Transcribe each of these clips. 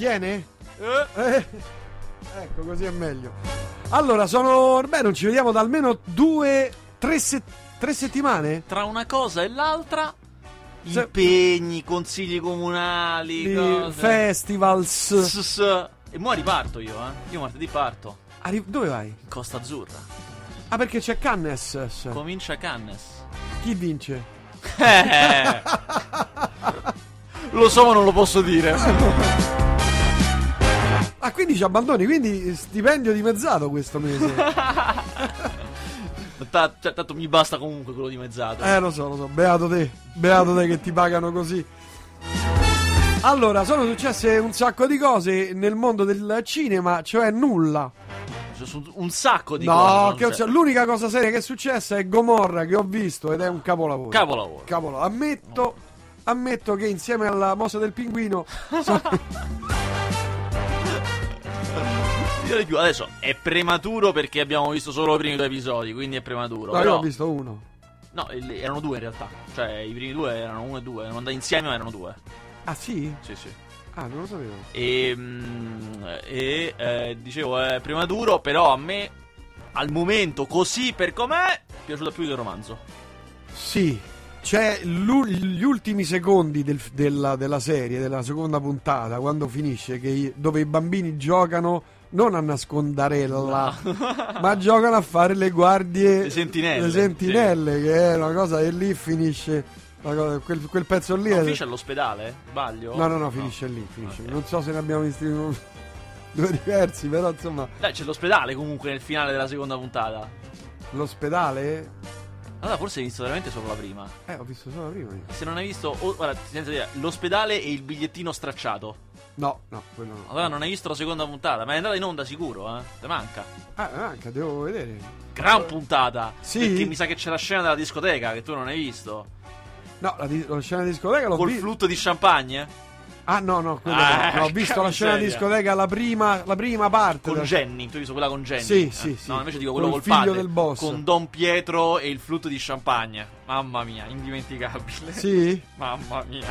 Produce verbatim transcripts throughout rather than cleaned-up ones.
Tiene? Eh. Eh. Ecco, così è meglio. Allora, sono... Beh, non ci vediamo da almeno due, tre, se... tre settimane? Tra una cosa e l'altra... Se... impegni, consigli comunali, cose. Festivals. S- s- E mo' riparto io, eh. Io martedì parto. Arri... Dove vai? In Costa Azzurra. Ah, perché c'è Cannes. Comincia Cannes. Chi vince? Eh. Lo so, ma non lo posso dire. Ah, quindi ci abbandoni, quindi stipendio dimezzato questo mese. T- t- tanto mi basta comunque quello dimezzato. Eh, lo so, lo so, beato te. Beato te che ti pagano così. Allora, sono successe un sacco di cose nel mondo del cinema, cioè nulla. Un sacco di no, cose. No, che l'unica cosa seria che è successa è Gomorra, che ho visto ed è un capolavoro. Capolavoro. Capolavoro. Ammetto, ammetto che insieme alla mossa del pinguino sono... di più. Adesso è prematuro perché abbiamo visto solo i primi due episodi, quindi è prematuro. No, però... io ho visto uno. No, erano due in realtà. Cioè, i primi due erano uno e due. Erano andati insieme, ma erano due. Ah, sì? Sì, sì. Ah, non lo sapevo. E, e eh, dicevo, è prematuro, però a me, al momento, così per com'è, è piaciuto più del romanzo. Sì. C'è gli ultimi secondi del, della, della serie, della seconda puntata, quando finisce, che, dove i bambini giocano non a nascondarella, no. ma giocano a fare le guardie, le sentinelle, le sentinelle sì. Che è una cosa, e lì finisce la cosa, quel, quel pezzo lì. No, è... finisce all'ospedale? Sbaglio? No, no, no, finisce no. lì. Finisce. Okay. Non so se ne abbiamo visti due diversi, però insomma. Dai, c'è l'ospedale comunque nel finale della seconda puntata. L'ospedale? Allora forse hai visto veramente solo la prima. Eh, ho visto solo la prima io. Se non hai visto, oh, guarda, senza dire, l'ospedale e il bigliettino stracciato. No, no, quello no. Allora non hai visto la seconda puntata, ma è andata in onda sicuro, eh? Te manca. Ah, manca, devo vedere. Gran puntata. Sì. Perché mi sa che c'è la scena della discoteca che tu non hai visto. No, la, di- la scena di discoteca l'ho Col vi- flutto di champagne? Ah, no, no, quello Ah, no. No, ho visto la scena di discoteca, la prima, la prima parte. Con da... Jenny, tu hai visto quella con Jenny? Sì, eh? sì, sì. No, invece dico quello Col col figlio padre, del boss. con Don Pietro e il flutto di champagne. Mamma mia, indimenticabile. Sì? Mamma mia.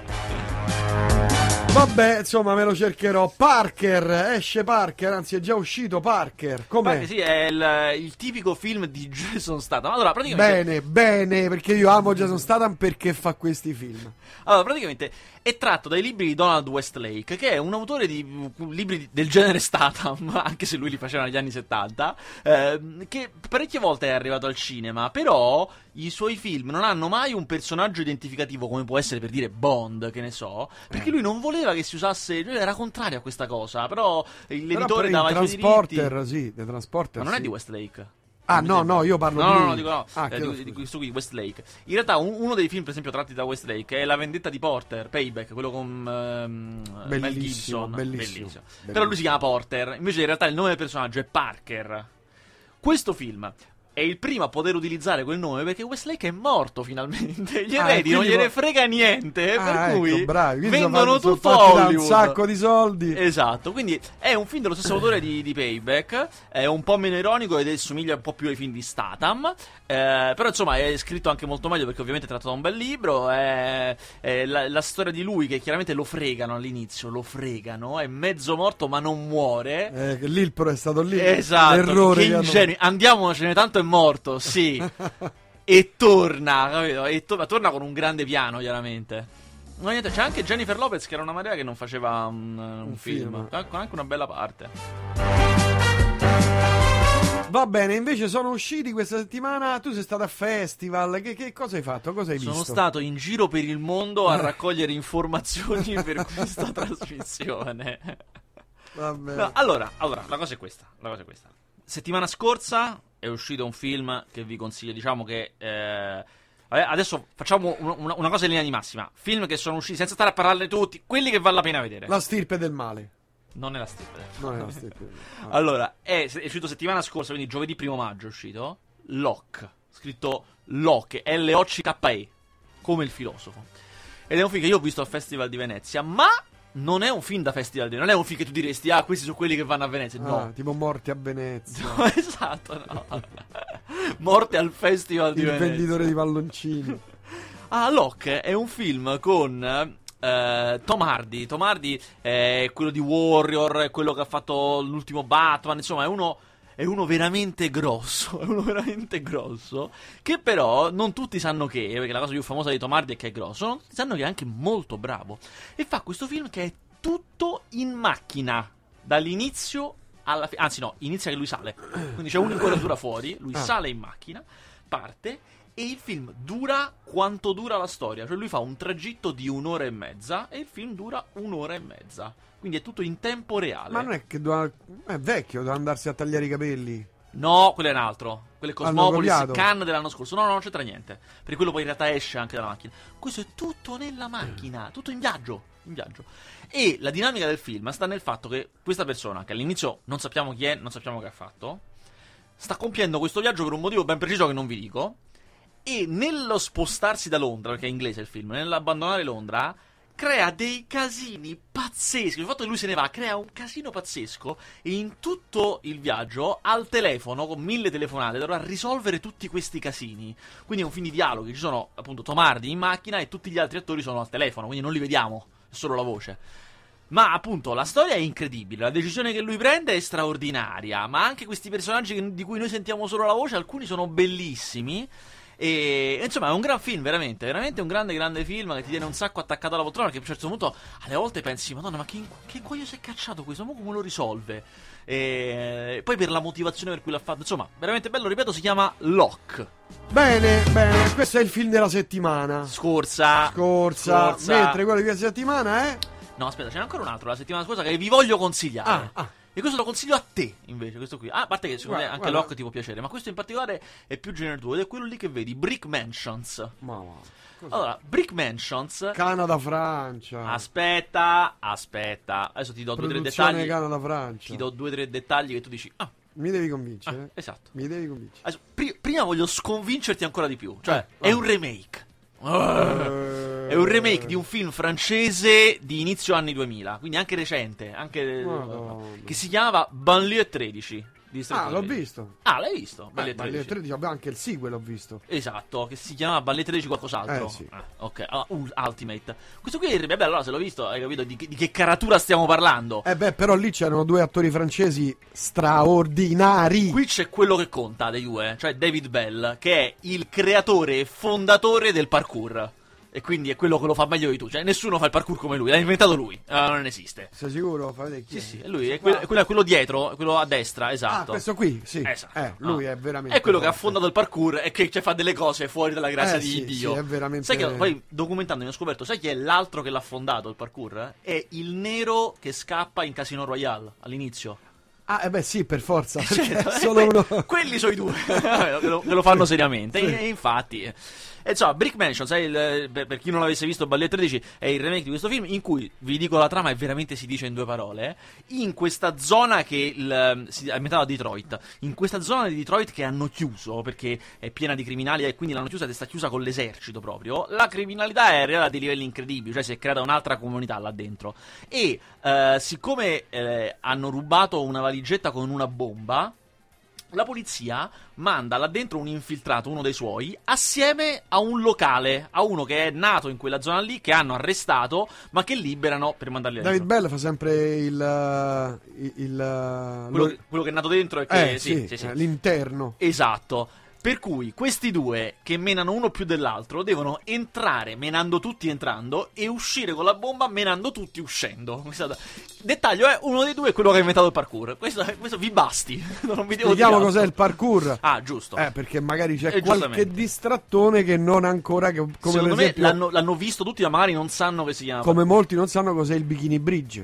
Vabbè, insomma, me lo cercherò. Parker, esce Parker, anzi è già uscito Parker. Com'è? Parker, sì, è il, il tipico film di Jason Statham. Allora, praticamente... Bene, bene, perché io amo Jason Statham perché fa questi film. Allora, praticamente è tratto dai libri di Donald Westlake, che è un autore di libri del genere Statham, anche se lui li faceva negli anni settanta, eh, che parecchie volte è arrivato al cinema, però i suoi film non hanno mai un personaggio identificativo, come può essere per dire Bond, che ne so, perché lui non voleva che si usasse, lui era contrario a questa cosa, però l'editore dava i suoi diritti. Transporter, sì, The Transporter, Ma non sì. è di Westlake. Ah, no, no, io parlo no, di no, lui. no, dico no, ah, eh, di, di questo qui, Westlake. In realtà un, uno dei film, per esempio, tratti da Westlake è La vendetta di Porter, Payback, quello con ehm, bellissimo, Mel Gibson. Bellissimo, bellissimo. bellissimo. Però lui si chiama Porter, invece in realtà il nome del personaggio è Parker. Questo film è il primo a poter utilizzare quel nome perché Westlake è morto finalmente. Gli ah, eredi non gliene lo... frega niente, ah, per ecco, cui bravi. vendono sono tutto fatti Hollywood. Un sacco di soldi. Esatto, quindi è un film dello stesso autore di, di Payback, è un po' meno ironico ed somiglia un po' più ai film di Statham, eh, però insomma è scritto anche molto meglio perché ovviamente è tratto da un bel libro, è, è la, la storia di lui che chiaramente lo fregano all'inizio, lo fregano, è mezzo morto ma non muore. Eh, lì il pro è stato lì. Esatto, l'errore che ingenui, hanno... andiamocene, tanto è morto, sì. E torna, capito? E to- torna con un grande piano, chiaramente. No, niente, c'è anche Jennifer Lopez che era una marea che non faceva un, un, un film, film, con anche una bella parte. Va bene, invece sono usciti questa settimana. Tu sei stato a festival. Che, che cosa hai fatto? Cosa hai Sono visto? Sono stato in giro per il mondo a raccogliere informazioni per questa trasmissione. Vabbè. No, allora, allora, la cosa è questa. La cosa è questa. Settimana scorsa è uscito un film che vi consiglio, diciamo che eh, adesso facciamo una, una cosa in linea di massima. Film che sono usciti senza stare a parlarne tutti, quelli che vale la pena vedere. La stirpe del male. Non è la stirpe. Non è la stirpe. Ah. Allora, è, è uscito settimana scorsa, quindi giovedì primo maggio è uscito Locke, scritto Locke, L O C K E, come il filosofo. Ed è un film che io ho visto al Festival di Venezia, ma non è un film da Festival di Venezia, non è un film che tu diresti, ah, questi sono quelli che vanno a Venezia, no. Ah, tipo Morte a Venezia. No, esatto, no. Morte al Festival di il Venezia. Il venditore di palloncini. Ah, Locke è un film con Uh, Tom Hardy Tom Hardy è quello di Warrior, è quello che ha fatto l'ultimo Batman, insomma è uno è uno veramente grosso, è uno veramente grosso, che però non tutti sanno che, perché la cosa più famosa di Tom Hardy è che è grosso, non tutti sanno che è anche molto bravo, e fa questo film che è tutto in macchina dall'inizio alla fine, anzi no, inizia che lui sale, quindi c'è un'inquadratura fuori, lui ah. sale in macchina, parte, e il film dura quanto dura la storia. Cioè lui fa un tragitto di un'ora e mezza e il film dura un'ora e mezza. Quindi è tutto in tempo reale. Ma non è che doveva... è vecchio, doveva andarsi a tagliare i capelli. No, quello è un altro. Quello è Cosmopolis, copiato. Cannes dell'anno scorso. No, no, non c'entra niente. Per quello poi in realtà esce anche dalla macchina. Questo è tutto nella macchina, tutto in viaggio. In viaggio. E la dinamica del film sta nel fatto che questa persona, che all'inizio non sappiamo chi è, non sappiamo che ha fatto, sta compiendo questo viaggio per un motivo ben preciso che non vi dico. E nello spostarsi da Londra, perché è inglese il film, nell'abbandonare Londra, crea dei casini pazzeschi. Il fatto che lui se ne va crea un casino pazzesco, e in tutto il viaggio al telefono, con mille telefonate, dovrà risolvere tutti questi casini. Quindi è un film di dialoghi. Ci sono appunto Tom Hardy in macchina e tutti gli altri attori sono al telefono, quindi non li vediamo, è solo la voce. Ma appunto la storia è incredibile, la decisione che lui prende è straordinaria, ma anche questi personaggi che, di cui noi sentiamo solo la voce, alcuni sono bellissimi. E insomma è un gran film, veramente, veramente un grande grande film che ti tiene un sacco attaccato alla poltrona, perché a un certo punto alle volte pensi, madonna, ma che, che cuoio si è cacciato questo, ma come lo risolve? E poi per la motivazione per cui l'ha fatto, insomma, veramente bello, ripeto, si chiama Locke. Bene, bene, questo è il film della settimana Scorsa Scorsa, scorsa. Mentre quello di questa settimana è... No, aspetta, c'è ancora un altro la settimana scorsa che vi voglio consigliare. Ah, ah. E questo lo consiglio a te, invece, questo qui. Ah, a parte che secondo Guarda, me anche guarda. Locke ti può piacere, ma questo in particolare è più genere tuo, ed è quello lì che vedi, Brick Mansions. Ma va, cos'è? Allora, Brick Mansions... Canada, Francia. Aspetta, aspetta. Adesso ti do due o tre Produzione dettagli. Canada, Francia. Ti do due o tre dettagli che tu dici, ah, Mi devi convincere. ah, esatto. Mi devi convincere. Adesso, pri- prima voglio sconvincerti ancora di più. Cioè, Eh, è va. un remake. Eh, È un remake di un film francese di inizio anni duemila, quindi anche recente, anche Madonna. che si chiamava Banlieue tredici. Di Stretto Ah, l'ho tredici. visto. Ah, l'hai visto? Beh, Banlieue Banlieue tredici. tredici, vabbè, anche il sequel l'ho visto. Esatto, che si chiamava Banlieue tredici qualcos'altro. Eh, sì. Ah, ok, ah, uh, Ultimate. Questo qui è vabbè, allora se l'ho visto, hai capito di che, di che caratura stiamo parlando. Eh beh, però lì c'erano due attori francesi straordinari. Qui c'è quello che conta dei due, cioè David Bell, che è il creatore e fondatore del parkour. E quindi è quello che lo fa meglio di tu. Cioè, nessuno fa il parkour come lui, l'ha inventato lui. Uh, non esiste. Sei sicuro? Fai vedere chi Sì, è. sì, è lui, è quello, è quello, è quello dietro, è quello a destra, Ah, esatto. questo qui, sì. Esatto. Eh, lui Ah. è veramente È quello che ha forte. fondato il parkour e che cioè, fa delle cose fuori dalla grazia Eh, di sì, Dio. sì, è veramente- Sai che poi documentandomi ho scoperto, sai chi è l'altro che l'ha fondato il parkour? È il nero che scappa in Casino Royale all'inizio. Ah, eh beh, sì, per forza. Perché Cioè, è solo que- uno. quelli sono i due che, lo, che lo fanno seriamente. E, e infatti, e insomma, Brick Mansion, sai, il- per, per chi non l'avesse visto, Ballet tredici è il remake di questo film in cui vi dico la trama e veramente si dice in due parole. In questa zona che il, si, è metà a Detroit, in questa zona di Detroit che hanno chiuso perché è piena di criminali e quindi l'hanno chiusa ed è stata chiusa con l'esercito proprio. La criminalità è arrivata a dei livelli incredibili, cioè si è creata un'altra comunità là dentro. E eh, siccome eh, hanno rubato una valigetta con una bomba, la polizia manda là dentro un infiltrato, uno dei suoi, assieme a un locale, a uno che è nato in quella zona lì, che hanno arrestato, ma che liberano per mandarli dentro. David Bell fa sempre il. il, il- quello, lo- che, quello che è nato dentro e che... eh, sì, sì, sì, sì. eh, l'interno. Esatto. Per cui questi due che menano uno più dell'altro devono entrare menando tutti entrando e uscire con la bomba menando tutti uscendo. Questo- Dettaglio è uno dei due è quello che ha inventato il parkour. Questo, questo vi basti. Non vi devo dire Vediamo altro. cos'è il parkour. Ah, giusto. Eh, perché magari c'è Eh, qualche giustamente. distrattone che non ancora. Che, come Secondo per me esempio, l'hanno, l'hanno visto tutti, ma magari non sanno che si chiama. come molti non sanno cos'è il bikini bridge.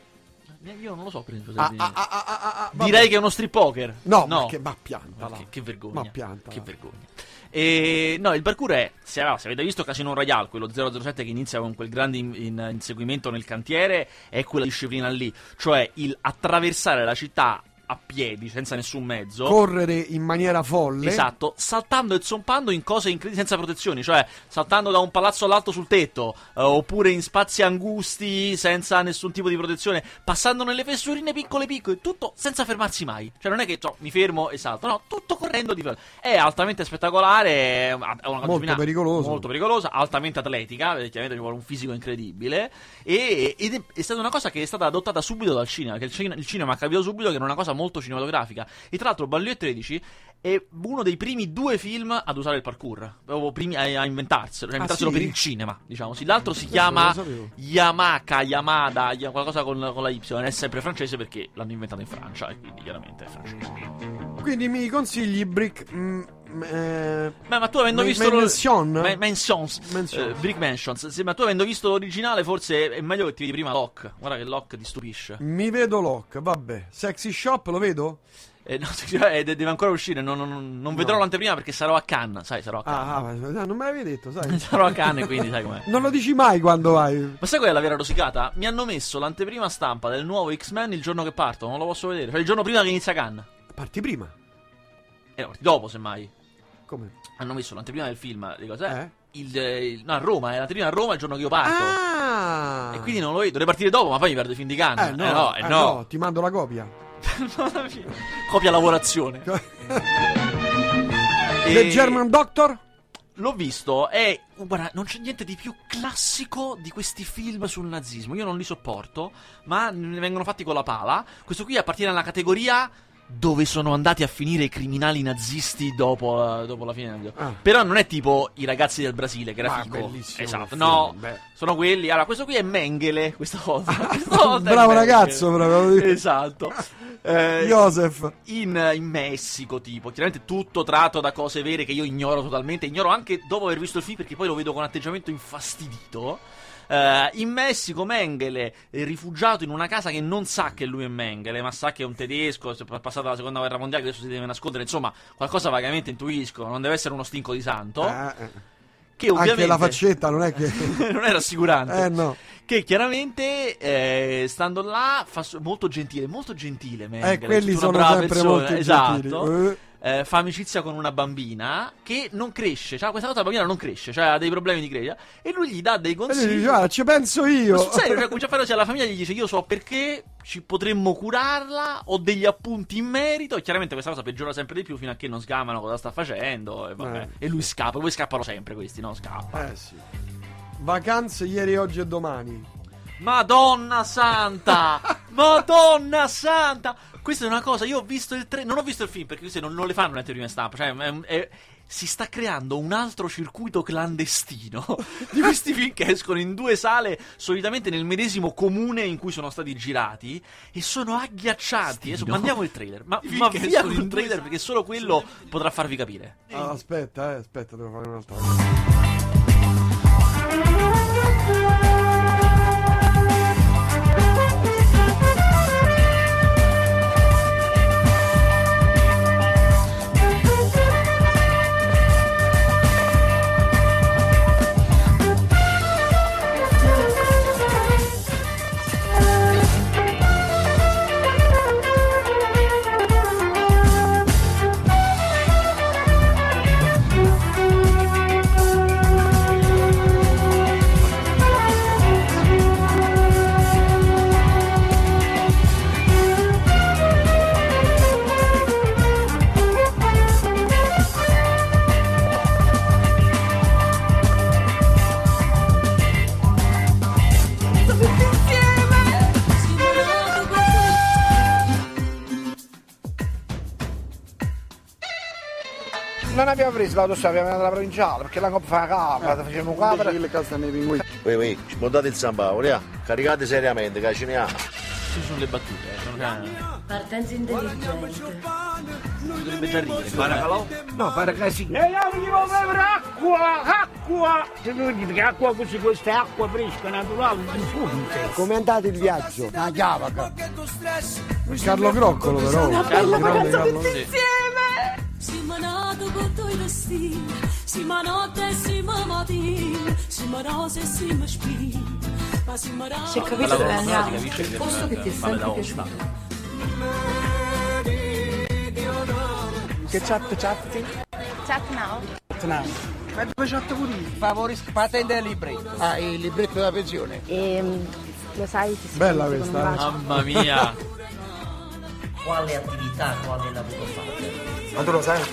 Io non lo so, per esempio. Ah, se- ah, ah, ah, ah, ah, vabbè. Direi che è uno strip poker. No, perché ma pianta là. Che, che vergogna. Ma pianta Che là. vergogna. E, no, il parkour è, se, allora, se avete visto Casino Royale, quello zero zero sette che inizia con quel grande in- in- inseguimento nel cantiere, è quella disciplina lì, cioè il attraversare la città a piedi, senza nessun mezzo, correre in maniera folle, esatto, saltando e zompando in cose incredibili senza protezioni, cioè saltando da un palazzo all'alto sul tetto, eh, oppure in spazi angusti senza nessun tipo di protezione, passando nelle fessurine piccole piccole, tutto senza fermarsi mai. Cioè non è che cioè, mi fermo e salto, no, tutto correndo di è altamente spettacolare, è una molto pericoloso, molto pericolosa, altamente atletica, perché chiaramente ci vuole un fisico incredibile, e, ed è, è stata una cosa che è stata adottata subito dal cinema, che il, cin- il cinema ha capito subito che era una cosa molto cinematografica. E tra l'altro Banlieue tredici è uno dei primi due film ad usare il parkour, proprio primi a, a inventarselo, cioè a inventarselo ah, sì? per il cinema, diciamo. Sì, l'altro si chiama Yamaka, Yamada, qualcosa con, con la Y, è sempre francese perché l'hanno inventato in Francia e quindi chiaramente è francese. Quindi mi consigli Brick mm, eh, Beh, ma tu avendo ma- visto Mansion? lo... Ma- Mansions, Mansions. eh, Brick Mansions, sì, ma tu avendo visto l'originale forse è meglio che ti vedi prima Locke. Guarda che Locke ti stupisce. Mi vedo Locke, vabbè. Sexy Shop lo vedo? Eh, no, eh, deve ancora uscire, non, non, non vedrò No. l'anteprima perché sarò a Cannes, sai, sarò a Cannes. Ah, ah, non me l'avevi detto, sai. Sarò a Cannes, quindi sai com'è. Non lo dici mai quando vai. Ma sai qual è la vera rosicata? Mi hanno messo l'anteprima stampa del nuovo X-Men il giorno che parto, non lo posso vedere, cioè il giorno prima che inizia Cannes. Parti prima. E no, dopo semmai. Come? Hanno messo l'anteprima del film, di cos'è? Eh? Il, il, no, a Roma, è l'anteprima a Roma il giorno che io parto. Ah! E quindi non lo vedo, dovrei partire dopo, ma poi mi perdo i film di Cannes. Eh no, eh no, eh eh no. no, ti mando la copia. Copia lavorazione. The E- German Doctor? L'ho visto e guarda, non c'è niente di più classico di questi film sul nazismo. Io non li sopporto, ma ne vengono fatti con la pala. Questo qui appartiene alla categoria dove sono andati a finire i criminali nazisti dopo, eh, dopo la fine. Ah. Però non è tipo I ragazzi del Brasile, che era Ma figo. bellissimo Esatto, film, no, beh. sono quelli. Allora, questo qui è Mengele, questa volta. Questa volta è Bravo Mengele. ragazzo, proprio. Esatto. Eh, Joseph. in, in Messico, tipo, chiaramente tutto tratto da cose vere che io ignoro totalmente. Ignoro anche dopo aver visto il film, perché poi lo vedo con atteggiamento infastidito. Eh, in Messico Mengele è rifugiato in una casa che non sa che lui è Mengele, ma sa che è un tedesco, è passato la seconda guerra mondiale, che adesso si deve nascondere. Insomma, qualcosa vagamente intuisco. Non deve essere uno stinco di santo. Eh, eh. Che ovviamente Anche la faccetta non è che... non è rassicurante. Eh no. Che chiaramente eh, stando là fa so- molto gentile, molto gentile Mengele, Eh, quelli tutta una sono brava sempre persona, molto esatto. gentili. Eh. Eh, fa amicizia con una bambina che non cresce, cioè questa volta la bambina non cresce, cioè ha dei problemi di crescita, e lui gli dà dei E lui consigli. dice, ah, ci penso io. Ma sul serio, cioè, comincia a fare così alla famiglia, gli dice io so perché ci potremmo curarla, ho degli appunti in merito, e chiaramente questa cosa peggiora sempre di più fino a che non sgamano cosa sta facendo, e, vabbè. Eh. E lui scappa, poi scappano sempre questi, no? Scappa. Eh sì. Vacanze ieri, oggi e domani. Madonna santa! Madonna santa! Questa è una cosa, io ho visto il tre, non ho visto il film perché queste non, non le fanno nelle prime stampa, cioè è- è- si sta creando un altro circuito clandestino di questi film che escono in due sale, solitamente nel medesimo comune in cui sono stati girati, e sono agghiaccianti. Adesso mandiamo il trailer, ma, ma che via escono il in due trailer sale. perché solo quello potrà farvi capire. Ah, aspetta, eh, aspetta, devo fare un'altra cosa. Non abbiamo preso l'autostrada, abbiamo andato alla provinciale perché la coppa fa capa, facciamo capra. Ui, ui, smontate il San Paolo, ya. Caricate seriamente, che ce ne ha. Ci sono le battute, eh, sono già... Partenza intelligente. si dovrebbe già ridere. Paracalò? No, pare che sì. E io mi devo bere acqua, acqua! Se tu dici che acqua così, questa è acqua fresca, naturale, di fonte. Come è andato il viaggio? La chiavaca. Carlo Groccolo però. Carlo, Grande Carlo. sì. Siamo nati con tuoi destini, siamo notte e siamo mattini, siamo rose e siamo spini. Ma siamo rose. Si è capito dove Alla andiamo? si capisce Il che posto che ti è vale da sempre Osta. piaciuto. Che chat chatti? Chat now. Chat now. Ma dove chat pure? Favoris patente del libretto. Ah, il libretto della pensione. E lo sai che si Bella chiama questa, secondo eh. me? Mamma mia. Quale attività, quale lavoro fate? Ma tu lo sai?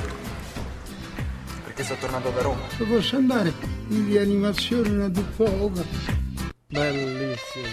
Perché sono tornato da Roma. Se posso andare in rianimazione una di poco. Bellissimo.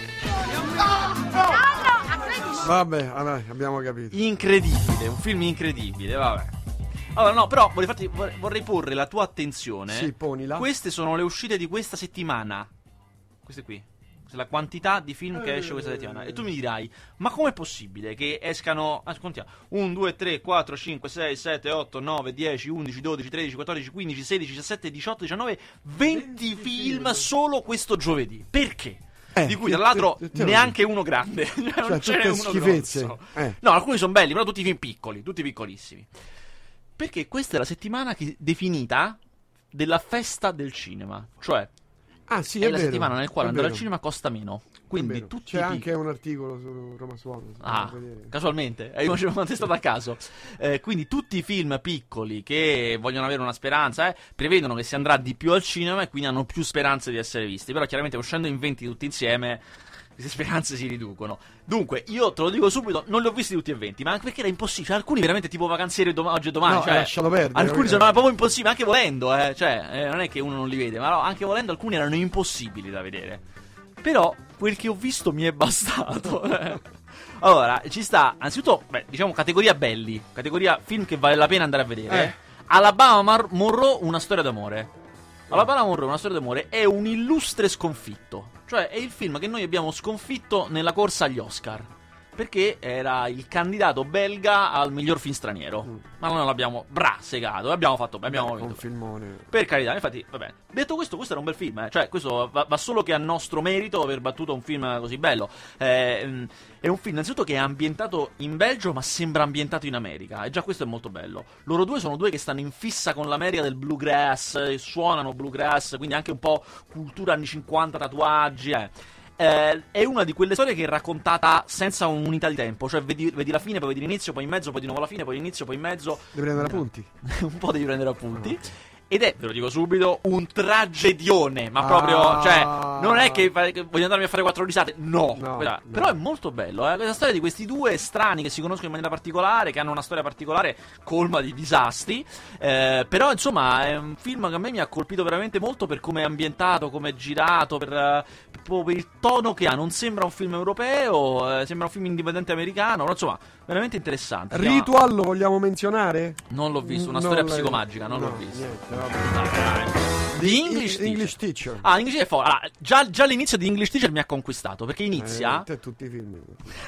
Vabbè, allora, abbiamo capito. Incredibile, un film incredibile, vabbè. Allora, no, però vorrei, farti, vorrei vorrei porre la tua attenzione. Sì, ponila. Queste sono le uscite di questa settimana. Queste qui. Questa è la quantità di film che esce questa settimana. E tu mi dirai, ma com'è possibile che escano... Ah, contiamo. uno, due, tre, quattro, cinque, sei, sette, otto, nove, dieci, undici, dodici, tredici, quattordici, quindici, sedici, diciassette, diciotto, diciannove, venti film solo questo giovedì. Perché? Eh, di cui che- tra l'altro te- te- neanche uno grande. Cioè, non ce n'è tutte uno schifezze. grosso. Eh. No, alcuni sono belli, però tutti film piccoli, tutti piccolissimi. Perché questa è la settimana che, definita della festa del cinema. Cioè, Ah, sì, è, è, la vero, settimana nel quale è andare al vero, cinema costa meno. è Quindi vero. tutti C'è i anche pic- un articolo su Roma Suono. se Ah, vuoi vedere. casualmente, eh, io non è stato a caso. Eh, quindi tutti i film piccoli che vogliono avere una speranza eh, prevedono che si andrà di più al cinema e quindi hanno più speranze di essere visti. Però chiaramente uscendo in venti tutti insieme queste speranze si riducono. Dunque, io te lo dico subito, non li ho visti tutti e venti, ma anche perché era impossibile. Cioè, alcuni veramente tipo vacanzieri dom- oggi e domani. No, cioè, lascialo perdere, alcuni perché- sono proprio impossibili, anche volendo, eh. Cioè, eh, non è che uno non li vede, ma no, anche volendo alcuni erano impossibili da vedere. Però, quel che ho visto mi è bastato. eh. Allora, ci sta, anzitutto, beh, diciamo categoria belli, categoria film che vale la pena andare a vedere. Eh. Alabama Mar- Monroe, una storia d'amore. Alabama Monroe, una storia d'amore, è un illustre sconfitto. Cioè, è il film che noi abbiamo sconfitto nella corsa agli Oscar. Perché era il candidato belga al miglior film straniero. Mm. Ma noi l'abbiamo bra segato, abbiamo fatto bene, abbiamo Beh, vinto. un filmone. Per carità, infatti, va bene. Detto questo, questo era un bel film, eh. Cioè, questo va, va solo che a nostro merito aver battuto un film così bello. Eh, mh, è un film, innanzitutto, che è ambientato in Belgio, ma sembra ambientato in America. E già questo è molto bello. Loro due sono due che stanno in fissa con l'America del bluegrass, eh, suonano bluegrass, quindi anche un po' cultura anni cinquanta, tatuaggi, eh. Eh, è una di quelle storie che è raccontata senza un'unità di tempo, cioè vedi, vedi la fine, poi vedi l'inizio, poi in mezzo, poi di nuovo la fine, poi l'inizio, poi in mezzo. Devi prendere appunti. Un po' devi prendere appunti. Ed è, ve lo dico subito, un tragedione. Ma Ah. proprio, cioè, non è che, fa- che voglio andarmi a fare quattro risate. No, No, Quella- no. Però è molto bello. Eh? Questa storia di questi due strani che si conoscono in maniera particolare, che hanno una storia particolare colma di disastri. Eh, però, insomma, è un film che a me mi ha colpito veramente molto per come è ambientato, come è girato, per, eh, proprio per il tono che ha. Non sembra un film europeo, eh, sembra un film indipendente americano. Però, insomma, veramente interessante. Si chiama- Ritual lo vogliamo menzionare? Non l'ho visto, una Non storia l'hai- psicomagica, non no, l'ho visto. niente, vabbè. The English Teacher. English Teacher. Ah, English è forte. Allora, già, già l'inizio di English Teacher mi ha conquistato, perché inizia... Eh, te tutti i film.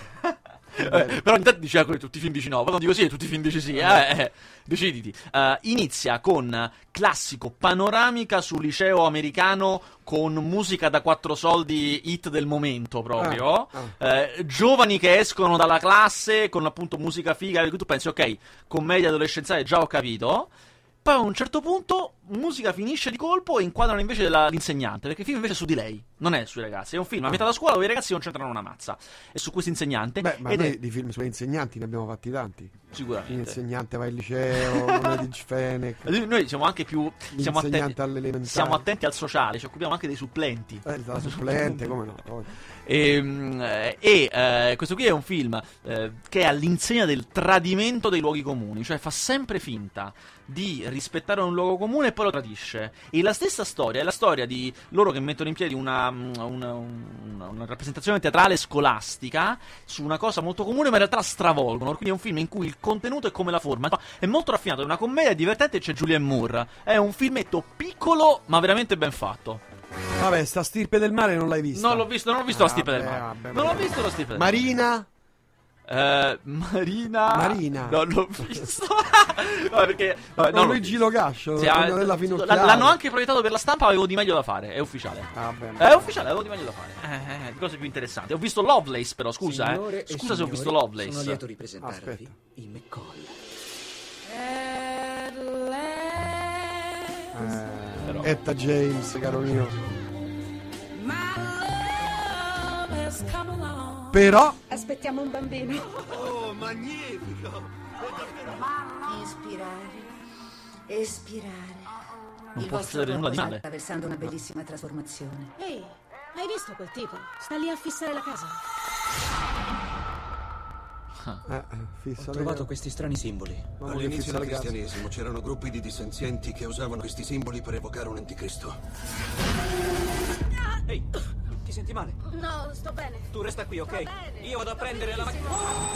Eh, però intanto diceva quelli tutti i film dici no, quando dico sì e tutti i film dici sì, eh, eh, deciditi. Eh, inizia con classico panoramica sul liceo americano con musica da quattro soldi, hit del momento proprio. Ah, Eh, giovani che escono dalla classe con appunto musica figa, e tu pensi ok, commedia adolescenziale già ho capito. Poi a un certo punto musica finisce di colpo e inquadrano invece della- l'insegnante, perché il film invece è su di lei, non è sui ragazzi. È un film a metà della scuola dove i ragazzi non c'entrano una mazza. È su questo insegnante. Beh, ma ed noi è di film sugli insegnanti ne abbiamo fatti tanti. sicuramente. L'insegnante va al liceo, come di Fenech. Noi siamo anche più siamo L'insegnante attenti, all'elementare. siamo attenti al sociale, ci occupiamo anche dei supplenti. Eh, la supplente, come no? poi. E, mm, eh, e eh, questo qui è un film eh, che è all'insegna del tradimento dei luoghi comuni, cioè fa sempre finta di rispettare un luogo comune e poi lo tradisce. E la stessa storia è la storia di loro che mettono in piedi una, una, una, una rappresentazione teatrale scolastica su una cosa molto comune, ma in realtà la stravolgono. Quindi è un film in cui il contenuto è come la forma. È molto raffinato, è una commedia divertente e c'è Julianne Moore. È un filmetto piccolo ma veramente ben fatto. Vabbè, sta Stirpe del mare non l'hai vista? Non l'ho visto, non ho visto la Ah, stirpe del vabbè, mare. vabbè, Non l'ho vabbè. visto la stirpe del mare. Marina? Eh, Marina. Marina. Non l'ho visto. No, perché. vabbè, No, l'ho Luigi visto. Locascio, Sì, quello ah, della l- finocchiara. l'hanno anche proiettato per la stampa, avevo di meglio da fare, è ufficiale. Ah, bene. È ufficiale, avevo di meglio da fare. Eh, eh, di cose più interessanti. Ho visto Lovelace, però, scusa, Signore eh. e Scusa se ho signori, visto Lovelace. Sono lieto di presentarvi Aspetta. i McCall. Eh, Etta James, caro mio. Però Aspettiamo un bambino. Oh, magnifico! Inspirare, espirare. Non Il può vostro succedere nulla corpo di sta male. attraversando una bellissima trasformazione. Ehi, hai visto quel tipo? Sta lì a fissare la casa. Eh, eh, fissa Ho le trovato case. questi strani simboli. Ma All'inizio fissa del le case. cristianesimo c'erano gruppi di dissenzienti che usavano questi simboli per evocare un anticristo. Ehi, ti senti male? No, sto bene. Tu resta qui, ok? Io vado a prendere la macchina.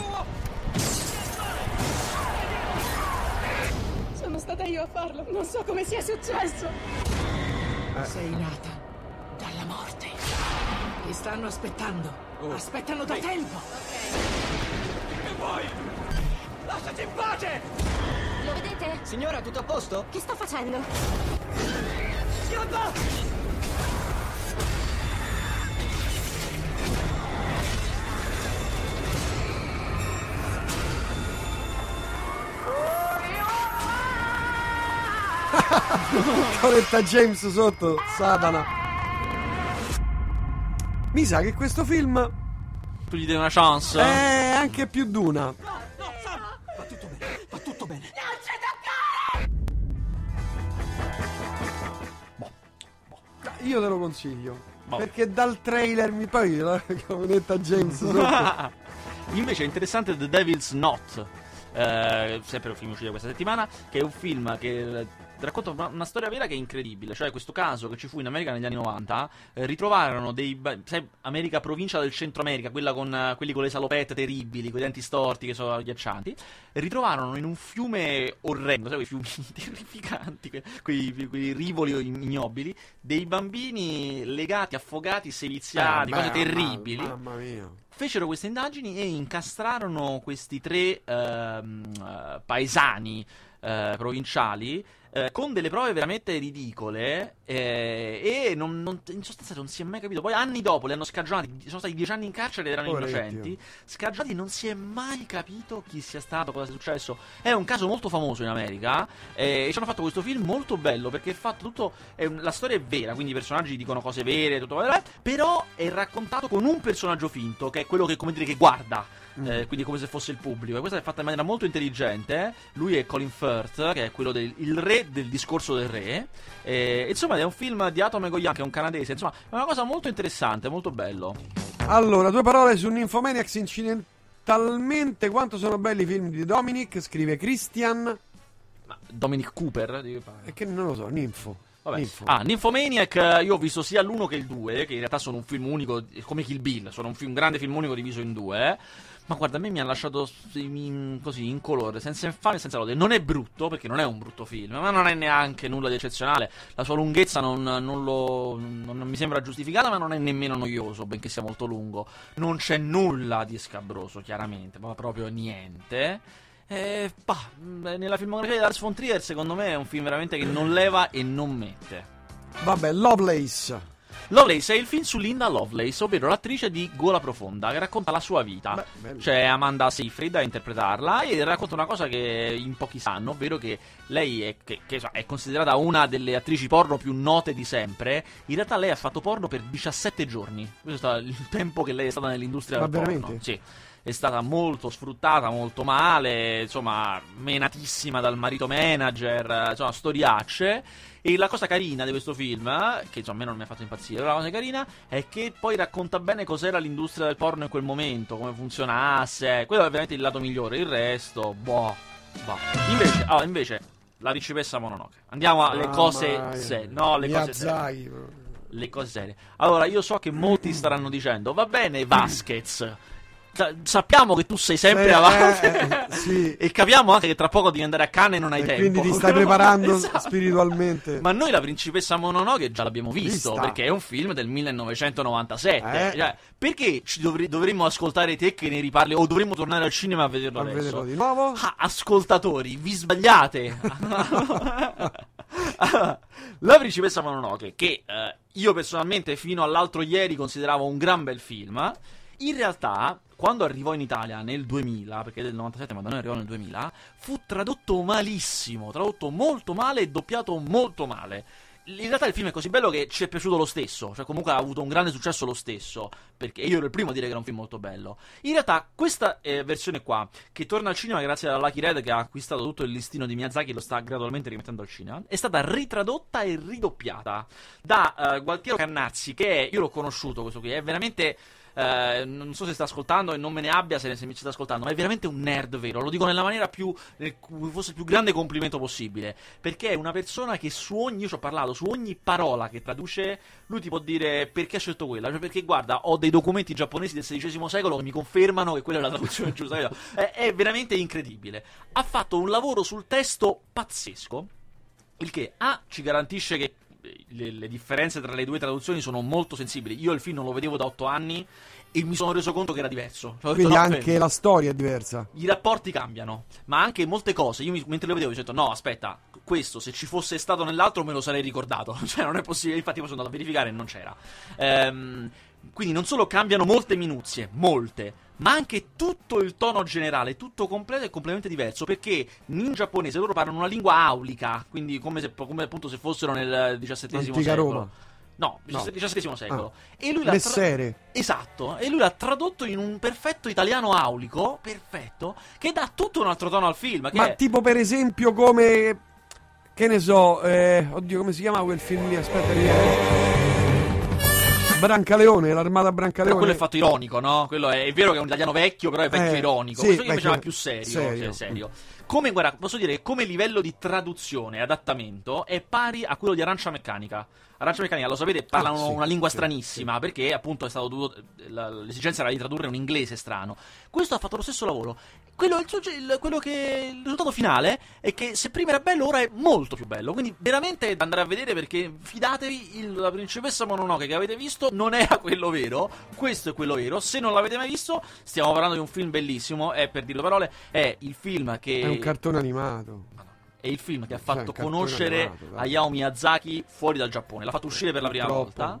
Sono stata io a farlo. Non so come sia successo. Sei nata dalla morte. Ti stanno aspettando. Oh. Aspettano da Ehi. tempo. Che vuoi? Lasciati in pace! Lo vedete? Signora, tutto a posto? Che sta facendo? Scappa! Coretta James sotto, Satana. Mi sa che questo film Tu gli dai una chance? è anche più d'una. No, Sam! Va tutto bene, va tutto bene. Io te lo consiglio. Boh. Perché dal trailer mi poi la coretta James sotto. Invece è interessante The Devil's Knot, eh, sempre un film uscito questa settimana, che è un film che eh, racconta una, una storia vera che è incredibile. Cioè questo caso che ci fu in America negli anni novanta, eh, ritrovarono dei ba- sai, America provincia del Centro America, quella con eh, quelli con le salopette terribili, con i denti storti che sono agghiaccianti, e ritrovarono in un fiume orrendo, sai, quei fiumi terrificanti, que- quei, quei rivoli ignobili, dei bambini legati, affogati, seviziati, Eh, cose beh, terribili. ma- Mamma mia. Fecero queste indagini e incastrarono questi tre ehm, eh, paesani eh, provinciali eh, con delle prove veramente ridicole eh, e non, non- in sostanza non si è mai capito. Poi anni dopo li hanno scagionati, sono stati dieci anni in carcere ed erano Poveretti. innocenti. Scagionati, non si è mai capito chi sia stato, cosa sia successo. È un caso molto famoso in America eh, e ci hanno fatto questo film molto bello perché è fatto tutto, è un- la storia è vera, quindi i personaggi dicono cose vere, tutto, eh, però è raccontato con un personaggio finto che è quello che, come dire, che guarda. Eh, quindi come se fosse il pubblico, e questa è fatta in maniera molto intelligente. Lui è Colin Firth, che è quello del il re del discorso del re. Eh, insomma, è un film di Atom Egoyan, che è un canadese. Insomma, è una cosa molto interessante, molto bello. Allora, due parole su Nymphomaniacs. Incidentalmente, quanto sono belli i film di Dominic, scrive Christian. Ma Dominic Cooper, di che parli? E che non lo so, Ninfo. Vabbè. Ninfo. Ah, Nymphomaniac, eh, io ho visto sia l'uno che il due, che in realtà sono un film unico, come Kill Bill, sono un, film, un grande film unico diviso in due. Eh. Ma guarda, a me mi ha lasciato in- così, in colore, senza infame e senza lode. Non è brutto, perché non è un brutto film, ma non è neanche nulla di eccezionale. La sua lunghezza non, non lo, non, non mi sembra giustificata, ma non è nemmeno noioso, benché sia molto lungo. Non c'è nulla di scabroso, chiaramente, ma proprio niente. E, bah, nella filmografia di Lars von Trier, secondo me è un film veramente che non leva e non mette. Vabbè, Lovelace. Lovelace è il film su Linda Lovelace, ovvero l'attrice di Gola Profonda, che racconta la sua vita. Beh, bello. C'è Amanda Seyfried a interpretarla e racconta una cosa che in pochi sanno, ovvero che lei è, che, che è considerata una delle attrici porno più note di sempre. In realtà lei ha fatto porno per diciassette giorni. Questo è stato il tempo che lei è stata nell'industria Ma del porno. veramente? Sì. È stata molto sfruttata, molto male, insomma, menatissima dal marito manager, insomma, storiacce. E la cosa carina di questo film, che insomma a me non mi ha fatto impazzire, la cosa carina è che poi racconta bene cos'era l'industria del porno in quel momento, come funzionasse. Quello è veramente il lato migliore, il resto, boh, boh. Invece, allora, invece, la principessa Mononoke. Andiamo alle Mamma cose mia. serie. No, le cose serie. Miyazaki, proprio. Le cose serie. Allora, io so che molti staranno dicendo, va bene Vasquez, sa- sappiamo che tu sei sempre Eh, avanti eh, eh, sì. e capiamo anche che tra poco devi andare a Cannes e non hai E tempo. quindi ti stai preparando Esatto. spiritualmente. Ma noi la principessa Mononoke già l'abbiamo visto, Vista. perché è un film del millenovecentonovantasette. Eh. Cioè, perché ci dovre- dovremmo ascoltare te che ne riparli o dovremmo tornare al cinema a vederlo A adesso? vederlo di nuovo. Ah, ascoltatori, vi sbagliate. La principessa Mononoke, che eh, io personalmente fino all'altro ieri consideravo un gran bel film, in realtà quando arrivò in Italia nel duemila, perché è del novantasette ma da noi arrivò nel duemila, fu tradotto malissimo, tradotto molto male e doppiato molto male. in realtà il film è così bello che ci è piaciuto lo stesso, cioè comunque ha avuto un grande successo lo stesso, perché io ero il primo a dire che era un film molto bello. In realtà questa eh, versione qua, che torna al cinema grazie alla Lucky Red, che ha acquistato tutto il listino di Miyazaki e lo sta gradualmente rimettendo al cinema, è stata ritradotta e ridoppiata da uh, Gualtiero Cannazzi, che è, io l'ho conosciuto questo qui, è veramente... Uh, non so se sta ascoltando e non me ne abbia se, se mi sta ascoltando, ma è veramente un nerd vero, lo dico nella maniera più, nel, fosse il più grande complimento possibile, perché è una persona che su ogni, io ci ho parlato, su ogni parola che traduce lui ti può dire perché ha scelto quella, cioè perché guarda, ho dei documenti giapponesi del sedicesimo secolo che mi confermano che quella è la traduzione giusta. è, è veramente incredibile. Ha fatto un lavoro sul testo pazzesco, il che A ci garantisce che Le, le differenze tra le due traduzioni sono molto sensibili. Io il film non lo vedevo da otto anni e mi sono reso conto che era diverso. Cioè, quindi no, anche fermo. La storia è diversa. I rapporti cambiano, ma anche molte cose. Io mi, mentre lo vedevo mi sono detto no, aspetta, questo se ci fosse stato nell'altro me lo sarei ricordato. Cioè non è possibile, infatti poi sono andato a verificare e non c'era. Ehm, quindi non solo cambiano molte minuzie, molte, ma anche tutto il tono generale, tutto completo e completamente diverso, perché in giapponese loro parlano una lingua aulica, quindi come, se, come appunto se fossero nel diciassettesimo Antica secolo. Roma. No, no. diciassettesimo secolo. Ah. E lui l'ha Messere. Tra... Esatto, e lui l'ha tradotto in un perfetto italiano aulico, perfetto, che dà tutto un altro tono al film. Che Ma è... tipo per esempio come, che ne so, eh, oddio come si chiama quel film lì, aspetta che... Brancaleone, l'Armata Brancaleone. Però quello è fatto ironico, no? Quello è, è vero che è un italiano vecchio, però è vecchio eh, ironico. sì, Questo qui invece vecchio... è più serio. Serio. Cioè, serio. Come, guarda, posso dire che come livello di traduzione e adattamento è pari a quello di Arancia Meccanica. Arancia Meccanica, lo sapete, parlano ah, sì, una lingua sì, stranissima, sì. perché appunto è stato dovuto, la, l'esigenza era di tradurre un inglese strano. Questo ha fatto lo stesso lavoro. Quello, il, il, quello che il risultato finale è che se prima era bello, ora è molto più bello. Quindi veramente da andare a vedere, perché fidatevi, il, la principessa Mononoke che avete visto non era quello vero. Questo è quello vero. Se non l'avete mai visto, stiamo parlando di un film bellissimo. È, per dire le parole, è il film che... È un cartone animato. È il film che ha fatto cioè, conoscere animato, Hayao Miyazaki fuori dal Giappone. L'ha fatto uscire per la prima Troppo. volta.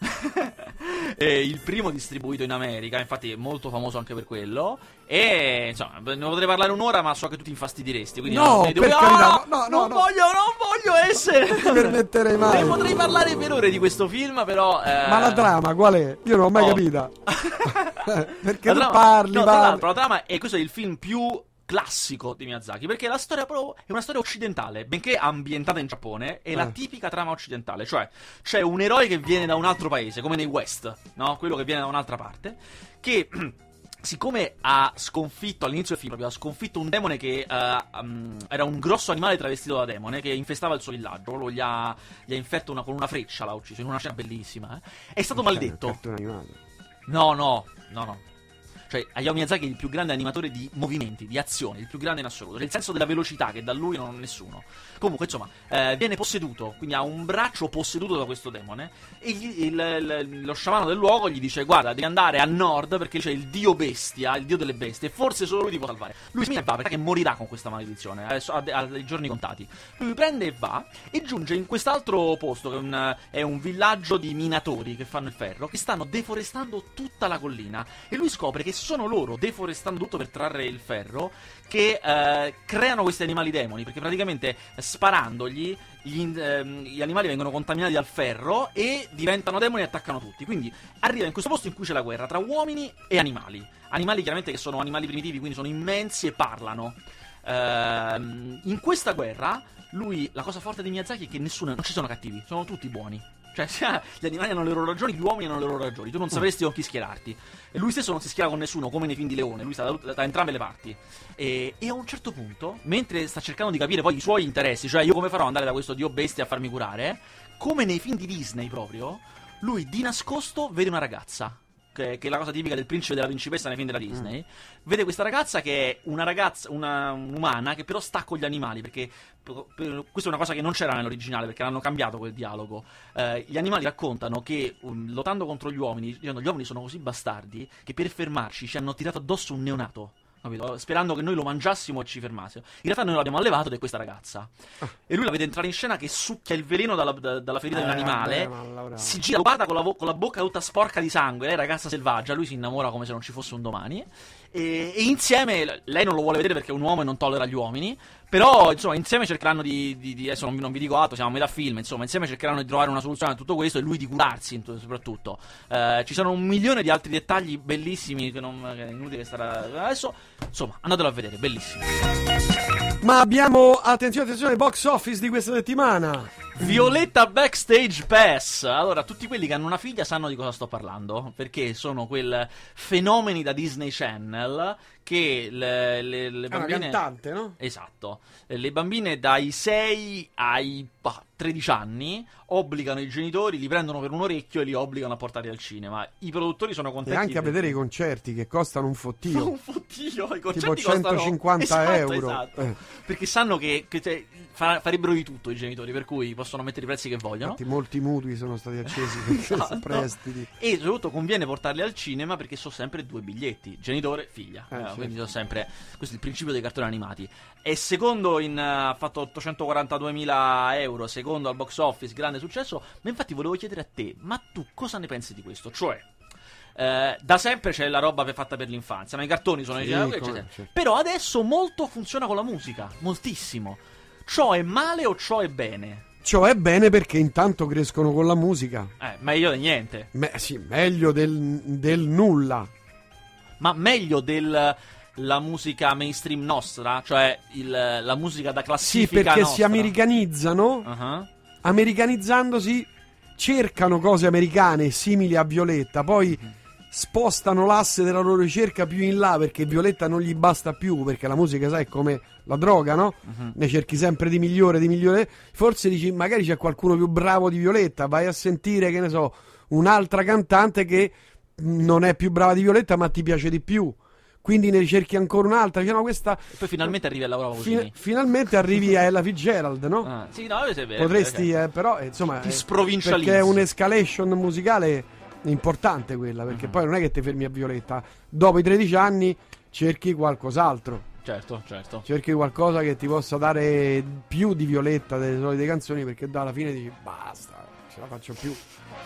È il primo distribuito in America, infatti è molto famoso anche per quello. E insomma, ne potrei parlare un'ora, ma so che tu ti infastidiresti. Quindi no, non, per devo... carità, oh, no, no, non no. voglio, non voglio essere. Non ti permetterei mai. Ne potrei parlare per ore di questo film, però. Eh... Ma la trama qual è? Io non l'ho mai Oh. capita. Perché La tu trama... parli, no, tra parli. l'altro, la trama è questo è il film più classico di Miyazaki, perché la storia proprio è una storia occidentale, benché ambientata in Giappone, è eh. la tipica trama occidentale, cioè c'è un eroe che viene da un altro paese, come nei West, no? Quello che viene da un'altra parte, che siccome ha sconfitto all'inizio del film proprio ha sconfitto un demone che uh, um, era un grosso animale travestito da demone che infestava il suo villaggio, proprio gli ha, gli ha inferto una, con una freccia, l'ha ucciso in una scena bellissima, eh? È stato maldetto. No, no, no, no. Cioè, Hayao Miyazaki è il più grande animatore di movimenti, di azioni, il più grande in assoluto. C'è il senso della velocità che da lui non ha nessuno. Comunque, insomma, eh, viene posseduto, quindi ha un braccio posseduto da questo demone. E gli, il, il, lo sciamano del luogo gli dice: guarda, devi andare a nord perché c'è il dio bestia, il dio delle bestie, e forse solo lui ti può salvare. Lui se ne va perché morirà con questa maledizione, adesso ha, ha dei giorni contati. Lui prende e va e giunge in quest'altro posto, che è un, è un villaggio di minatori che fanno il ferro, che stanno deforestando tutta la collina. E lui scopre che sono loro, deforestando tutto per trarre il ferro, che eh, creano questi animali demoni, perché praticamente sparandogli gli, ehm, gli animali vengono contaminati dal ferro e diventano demoni e attaccano tutti. Quindi arriva in questo posto in cui c'è la guerra tra uomini e animali. Animali chiaramente che sono animali primitivi, quindi sono immensi e parlano. Ehm, in questa guerra lui, la cosa forte di Miyazaki è che nessuno, non ci sono cattivi, sono tutti buoni. Cioè, sia gli animali hanno le loro ragioni, gli uomini hanno le loro ragioni. Tu non sapresti con chi schierarti. E lui stesso non si schiera con nessuno, come nei film di Leone. Lui sta da, da entrambe le parti. E, e a un certo punto, mentre sta cercando di capire poi i suoi interessi, cioè io come farò ad andare da questo dio bestia a farmi curare, come nei film di Disney proprio, lui di nascosto vede una ragazza. Che, che è la cosa tipica del principe e della principessa nei film della Disney. Mm. Vede questa ragazza che è una ragazza, una umana, che però sta con gli animali, perché per, per, questa è una cosa che non c'era nell'originale, perché l'hanno cambiato quel dialogo. Eh, gli animali raccontano che um, lottando contro gli uomini, dicendo, gli uomini sono così bastardi che per fermarci ci hanno tirato addosso un neonato. Capito? Sperando che noi lo mangiassimo e ci fermassimo. In realtà noi l'abbiamo allevato ed è questa ragazza. Ah. E lui la vede entrare in scena che succhia il veleno dalla, da, dalla ferita eh, di un animale. Beh, si gira, lo guarda con la, vo- con la bocca tutta sporca di sangue. Lei è ragazza selvaggia. Lui si innamora come se non ci fosse un domani. E, e insieme, lei non lo vuole vedere perché è un uomo e non tollera gli uomini, però insomma insieme cercheranno di, di, di adesso non, non vi dico altro, siamo a metà film, insomma insieme cercheranno di trovare una soluzione a tutto questo e lui di curarsi soprattutto. Eh, ci sono un milione di altri dettagli bellissimi che, non, che è inutile stare adesso, insomma andatelo a vedere, bellissimo. Ma abbiamo, attenzione, attenzione, box office di questa settimana. Violetta Backstage Pass. Allora, tutti quelli che hanno una figlia sanno di cosa sto parlando, perché sono quel fenomeni da Disney Channel che le, le, le bambine... È una cantante, no? Esatto. Le bambine dai sei ai bah, tredici anni obbligano i genitori, li prendono per un orecchio e li obbligano a portarli al cinema. I produttori sono contenti. E anche a vedere i concerti che costano un fottio. Un fottio, i concerti tipo centocinquanta costano... euro. Esatto, esatto. Eh. Perché sanno che, che te, fa, farebbero di tutto i genitori, per cui possono mettere i prezzi che vogliono. Infatti molti mutui sono stati accesi perché Esatto. prestiti. E soprattutto conviene portarli al cinema perché sono sempre due biglietti, genitore, figlia. Eh, Eh, certo. Quindi sono sempre, questo è il principio dei cartoni animati. E secondo in ha fatto ottocentoquarantaduemila euro, secondo al box office, grande successo. Ma infatti volevo chiedere a te, ma tu cosa ne pensi di questo? Cioè, eh, da sempre c'è la roba per- fatta per l'infanzia, ma i cartoni sono Sì, i genitori, come- eccetera. certo. Però adesso molto funziona con la musica, moltissimo. Ciò è male o ciò è bene? Ciò è bene perché intanto crescono con la musica. Eh, meglio di niente. Me- sì, meglio del, del nulla. Ma meglio del la musica mainstream nostra, cioè il, la musica da Sì, classifica perché nostra. si americanizzano. Uh-huh. Americanizzandosi cercano cose americane simili a Violetta, poi spostano l'asse della loro ricerca più in là perché Violetta non gli basta più, perché la musica sai è come la droga, no? Mhm. Ne cerchi sempre di migliore, di migliore. Forse dici magari c'è qualcuno più bravo di Violetta, vai a sentire, che ne so, un'altra cantante che non è più brava di Violetta ma ti piace di più. Quindi ne ricerchi ancora un'altra. Diciamo, questa... E poi finalmente arrivi alla Laura Fi- Pausini. finalmente arrivi a Ella Fitzgerald, no? Ah, sì, no, è vero, Potresti, ok. eh, però, eh, insomma, Ti eh, sprovincializzi. perché è un'escalation musicale importante quella, perché Mhm. poi non è che ti fermi a Violetta. Dopo i tredici anni cerchi qualcos'altro. Certo, certo. Cerchi qualcosa che ti possa dare più di Violetta delle solite canzoni, perché alla fine dici basta, non ce la faccio più.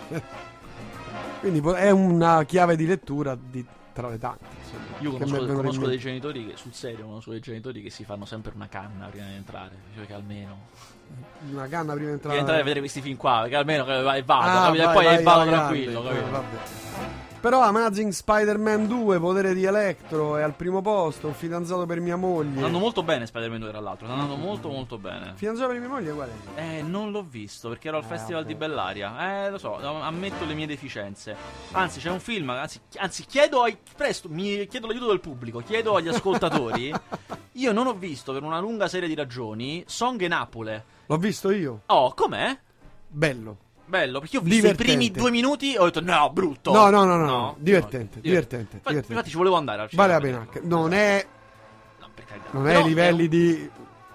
Quindi po- è una chiave di lettura di, tra le tante. insomma, Io che conosco, mi è venuto in conosco dei mente. genitori che, sul serio, conosco dei genitori che si fanno sempre una canna prima di entrare. Cioè che almeno. Una canna prima di entrare. Prima di entrare a vedere questi film qua, perché almeno che vai e vado, Ah, capito? vai, e poi vai vado alla tranquillo, grande. capito? Eh, vabbè. Però Amazing Spider-Man due, potere di Electro, è al primo posto. Un fidanzato per mia moglie. Sta andando molto bene Spider-Man due, tra l'altro. Sta andando molto molto bene. Fidanzato per mia moglie qual è? Eh, non l'ho visto perché ero al Eh, Festival vabbè. di Bellaria. Eh, lo so, ammetto le mie deficienze. Anzi, c'è un film. Anzi, anzi chiedo ai. Presto, mi chiedo l'aiuto del pubblico. Chiedo agli ascoltatori. Io non ho visto per una lunga serie di ragioni Song e Napole. L'ho visto io. Oh, com'è? Bello. Bello, perché io ho visto Divertente. i primi due minuti e ho detto no, brutto. No, no, no, no, no. Divertente, no, divertente, Infatti, divertente. infatti ci volevo andare al cinema. Vale la pena. Non è. No, per carità. Non è Però ai livelli un- di.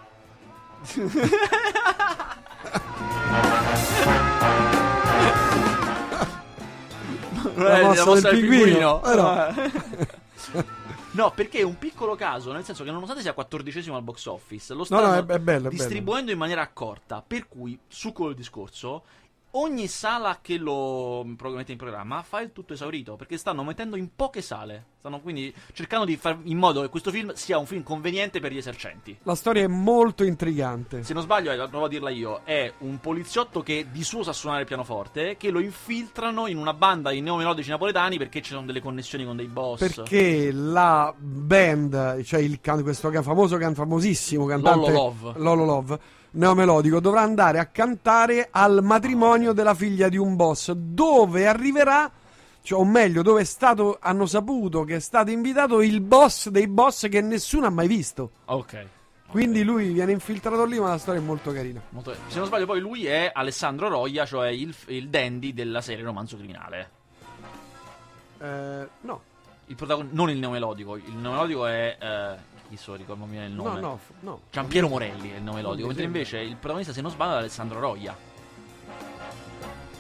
Non La è mossa mossa del del pinguino. pinguino. No, perché è un piccolo caso, nel senso che nonostante sia quattordicesimo al box office, lo No, stanno no, è, è bello, è distribuendo in maniera accorta, per cui, succo del discorso, ogni sala che lo pro- mette in programma fa il tutto esaurito, perché stanno mettendo in poche sale, stanno quindi cercando di fare in modo che questo film sia un film conveniente per gli esercenti. bello. La storia è molto intrigante. Se non sbaglio, eh, provo a dirla io, è un poliziotto che di suo sa suonare il pianoforte, che lo infiltrano in una banda di neomelodici napoletani perché ci sono delle connessioni con dei boss. Perché la band, cioè il can- questo can- famoso, can- famosissimo cantante Lolo Love. Lolo Love, neomelodico, dovrà andare a cantare al matrimonio della figlia di un boss, dove arriverà, cioè, o meglio, dove è stato, hanno saputo che è stato invitato il boss dei boss che nessuno ha mai visto. Ok. Quindi lui viene infiltrato lì, ma la storia è molto carina. Molto- Se non sbaglio, poi lui è Alessandro Roia, cioè il, il dandy della serie Romanzo Criminale. Eh, no. Il protagon- non il neomelodico. Il neomelodico è. Eh, chi so, ricordo il No, nome. no, f- no. Giampiero Morelli è il neomelodico. Non mi Mentre sembra. invece il protagonista, se non sbaglio, è Alessandro Roia.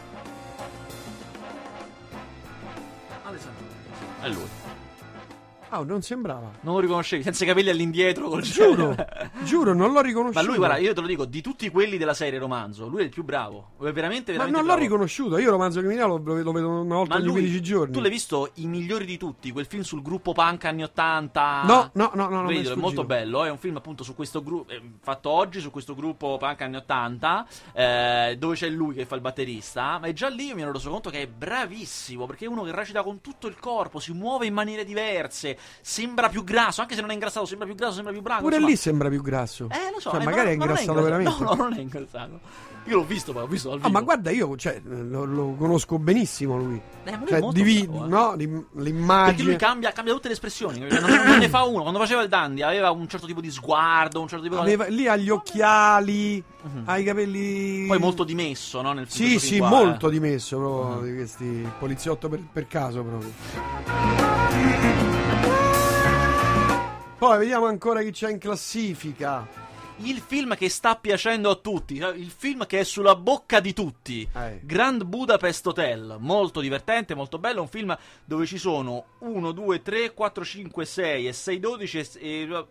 Alessandro Roia, sì, è lui. Ah, non sembrava. Non lo riconoscevi, senza i capelli all'indietro col Giuro, giuro, non l'ho riconosciuto. Ma lui, guarda, io te lo dico, di tutti quelli della serie Romanzo, lui è il più bravo. È veramente, veramente Ma non bravo. l'ho riconosciuto. Io Romanzo Criminale lo, lo vedo una volta Ma ogni lui, quindici giorni. tu l'hai visto I migliori di tutti, quel film sul gruppo punk anni ottanta? No, no, no, no, no. Vedi, è molto bello, è un film appunto su questo gruppo, fatto oggi su questo gruppo punk anni ottanta, eh, dove c'è lui che fa il batterista, ma già lì io mi ero reso conto che è bravissimo, perché è uno che recita con tutto il corpo, si muove in maniere diverse, sembra più grasso, anche se non è ingrassato, sembra più grasso, sembra più branco. Pure insomma. lì sembra più grasso. Eh, lo so, cioè, eh, magari ma, è ingrassato ma veramente. No, no, non è ingrassato. Io l'ho visto, ma l'ho visto dal vivo. Ah, ma guarda, io cioè, lo, lo conosco benissimo lui. Eh, ma lui cioè, è molto divi- bravo, eh. no, l'im- l'immagine. Perché lui cambia, cambia tutte le espressioni. Non, non ne fa uno. Quando faceva il dandy aveva un certo tipo di sguardo, un certo tipo Aveva, lì ha gli occhiali, Mhm. ha i capelli. Poi molto dimesso, no? Nel Sì, questo sì, film qua, molto eh. dimesso proprio, Mhm. di questi poliziotto per, per caso proprio. Poi vediamo ancora chi c'è in classifica. Il film che sta piacendo a tutti, il film che è sulla bocca di tutti, Eh. Grand Budapest Hotel, molto divertente, molto bello, un film dove ci sono uno, due, tre, quattro, cinque, sei e sei, dodici e, e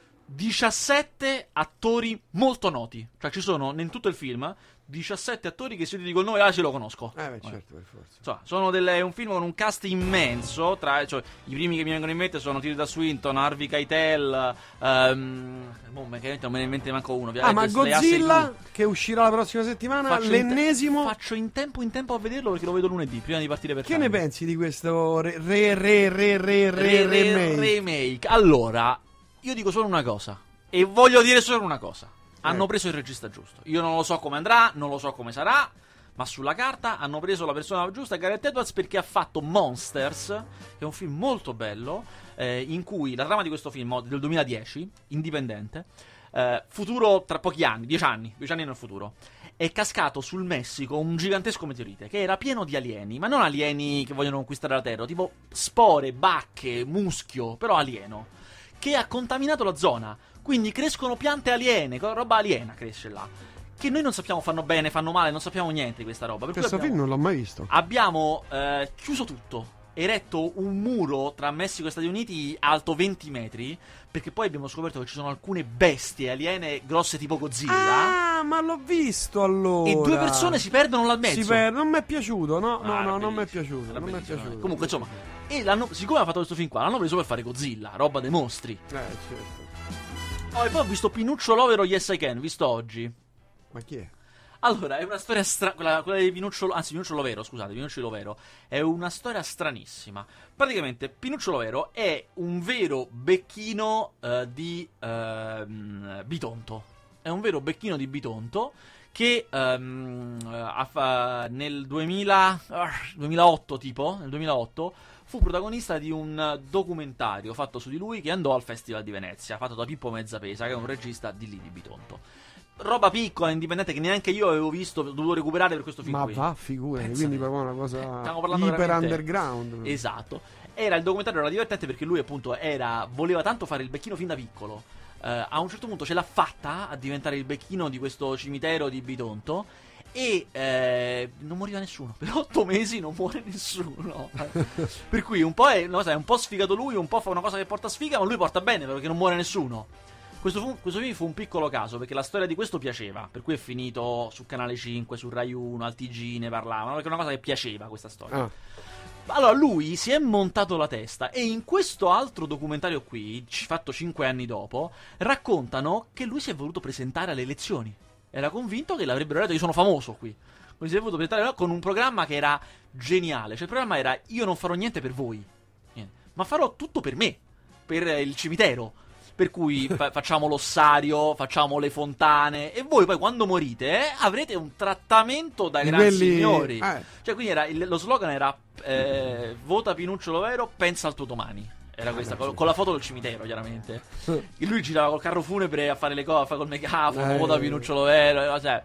diciassette attori molto noti, cioè ci sono in tutto il film diciassette attori che se io ti dico il nome, ah sì, lo conosco. Eh beh, certo, per forza. Insomma, sono delle, è un film con un cast immenso. Tra, cioè, i primi che mi vengono in mente sono Tilda Swinton, Harvey Keitel. Um, boh, non me ne in mente manco uno. Ah, ma ovviamente, le asse Godzilla, blu. che uscirà la prossima settimana, Faccio in te- l'ennesimo. faccio in tempo in tempo a vederlo perché lo vedo lunedì, prima di partire per Che Cannes. ne pensi di questo re re re re re, re, Re- re- remake? remake. Allora, io dico solo una cosa. E voglio dire solo una cosa. Hanno Eh. preso il regista giusto. Io non lo so come andrà, non lo so come sarà, ma sulla carta hanno preso la persona giusta, Gareth Edwards, perché ha fatto Monsters, che è un film molto bello, eh, in cui la trama di questo film, del duemiladieci, indipendente, eh, futuro tra pochi anni, dieci anni, dieci anni nel futuro, è cascato sul Messico un gigantesco meteorite che era pieno di alieni, ma non alieni che vogliono conquistare la Terra, tipo spore, bacche, muschio, però alieno, che ha contaminato la zona. Quindi crescono piante aliene, roba aliena cresce là. Che noi non sappiamo fanno bene, fanno male, non sappiamo niente di questa roba. Per cui Questo abbiamo, film non l'ho mai visto. abbiamo eh, chiuso tutto, eretto un muro tra Messico e Stati Uniti alto venti metri, perché poi abbiamo scoperto che ci sono alcune bestie aliene grosse tipo Godzilla. Ah, ma l'ho visto allora. E due persone si perdono là mezzo. Si per- non mi è piaciuto, no, no, Ah, no, era non mi è bellissimo, piaciuto. era Non mi è bellissimo. piaciuto. Comunque, insomma, e l'hanno, siccome hanno fatto questo film qua, l'hanno preso per fare Godzilla, roba dei mostri. Eh, certo. Oh, e poi ho visto Pinuccio Lovero Yes I Can, visto oggi. Ma chi è? Allora, è una storia strana. Quella, quella di Pinuccio, anzi, Pinuccio Lovero, scusate, Pinuccio Lovero. È una storia stranissima. Praticamente, Pinuccio Lovero è un vero becchino eh, di ehm, Bitonto. È un vero becchino di Bitonto che ehm, ha fa- nel duemila, ah, duemilaotto, tipo, nel duemilaotto, fu protagonista di un documentario fatto su di lui che andò al Festival di Venezia, fatto da Pippo Mezzapesa, che è un regista di lì di Bitonto. Roba piccola, indipendente, che neanche io avevo visto, ho dovuto recuperare per questo film Ma qui. va, figurati, Pensa quindi te. proprio una cosa Stiamo parlando iper veramente- underground. Esatto. Era il documentario, era divertente perché lui appunto era voleva tanto fare il becchino fin da piccolo. Eh, a un certo punto ce l'ha fatta a diventare il becchino di questo cimitero di Bitonto e eh, non moriva nessuno. Per otto mesi non muore nessuno. Per cui un po' è, una cosa, è un po' sfigato lui, un po' fa una cosa che porta sfiga, ma lui porta bene perché non muore nessuno. Questo, fu, questo film fu un piccolo caso perché la storia di questo piaceva, per cui è finito su Canale cinque, su Rai uno, al T G ne parlavano, perché è una cosa che piaceva questa storia. Ah. Allora lui si è montato la testa e in questo altro documentario qui, c- fatto cinque anni dopo, raccontano che lui si è voluto presentare alle elezioni. Era convinto che l'avrebbero detto: io sono famoso qui. Quindi si è voluto presentare con un programma che era geniale. Cioè il programma era: io non farò niente per voi, niente, ma farò tutto per me, per il cimitero. Per cui fa- facciamo l'ossario, facciamo le fontane e voi poi quando morite eh, avrete un trattamento da Di gran quelli- signori. eh. Cioè quindi era, il- lo slogan era eh, vota Pinuccio Lovero, pensa al tuo domani. Era questa, con, con la foto del cimitero chiaramente. E lui girava col carro funebre a fare le cose, a fare col megafono, Eh. vota Pinuccio Lovero, cioè.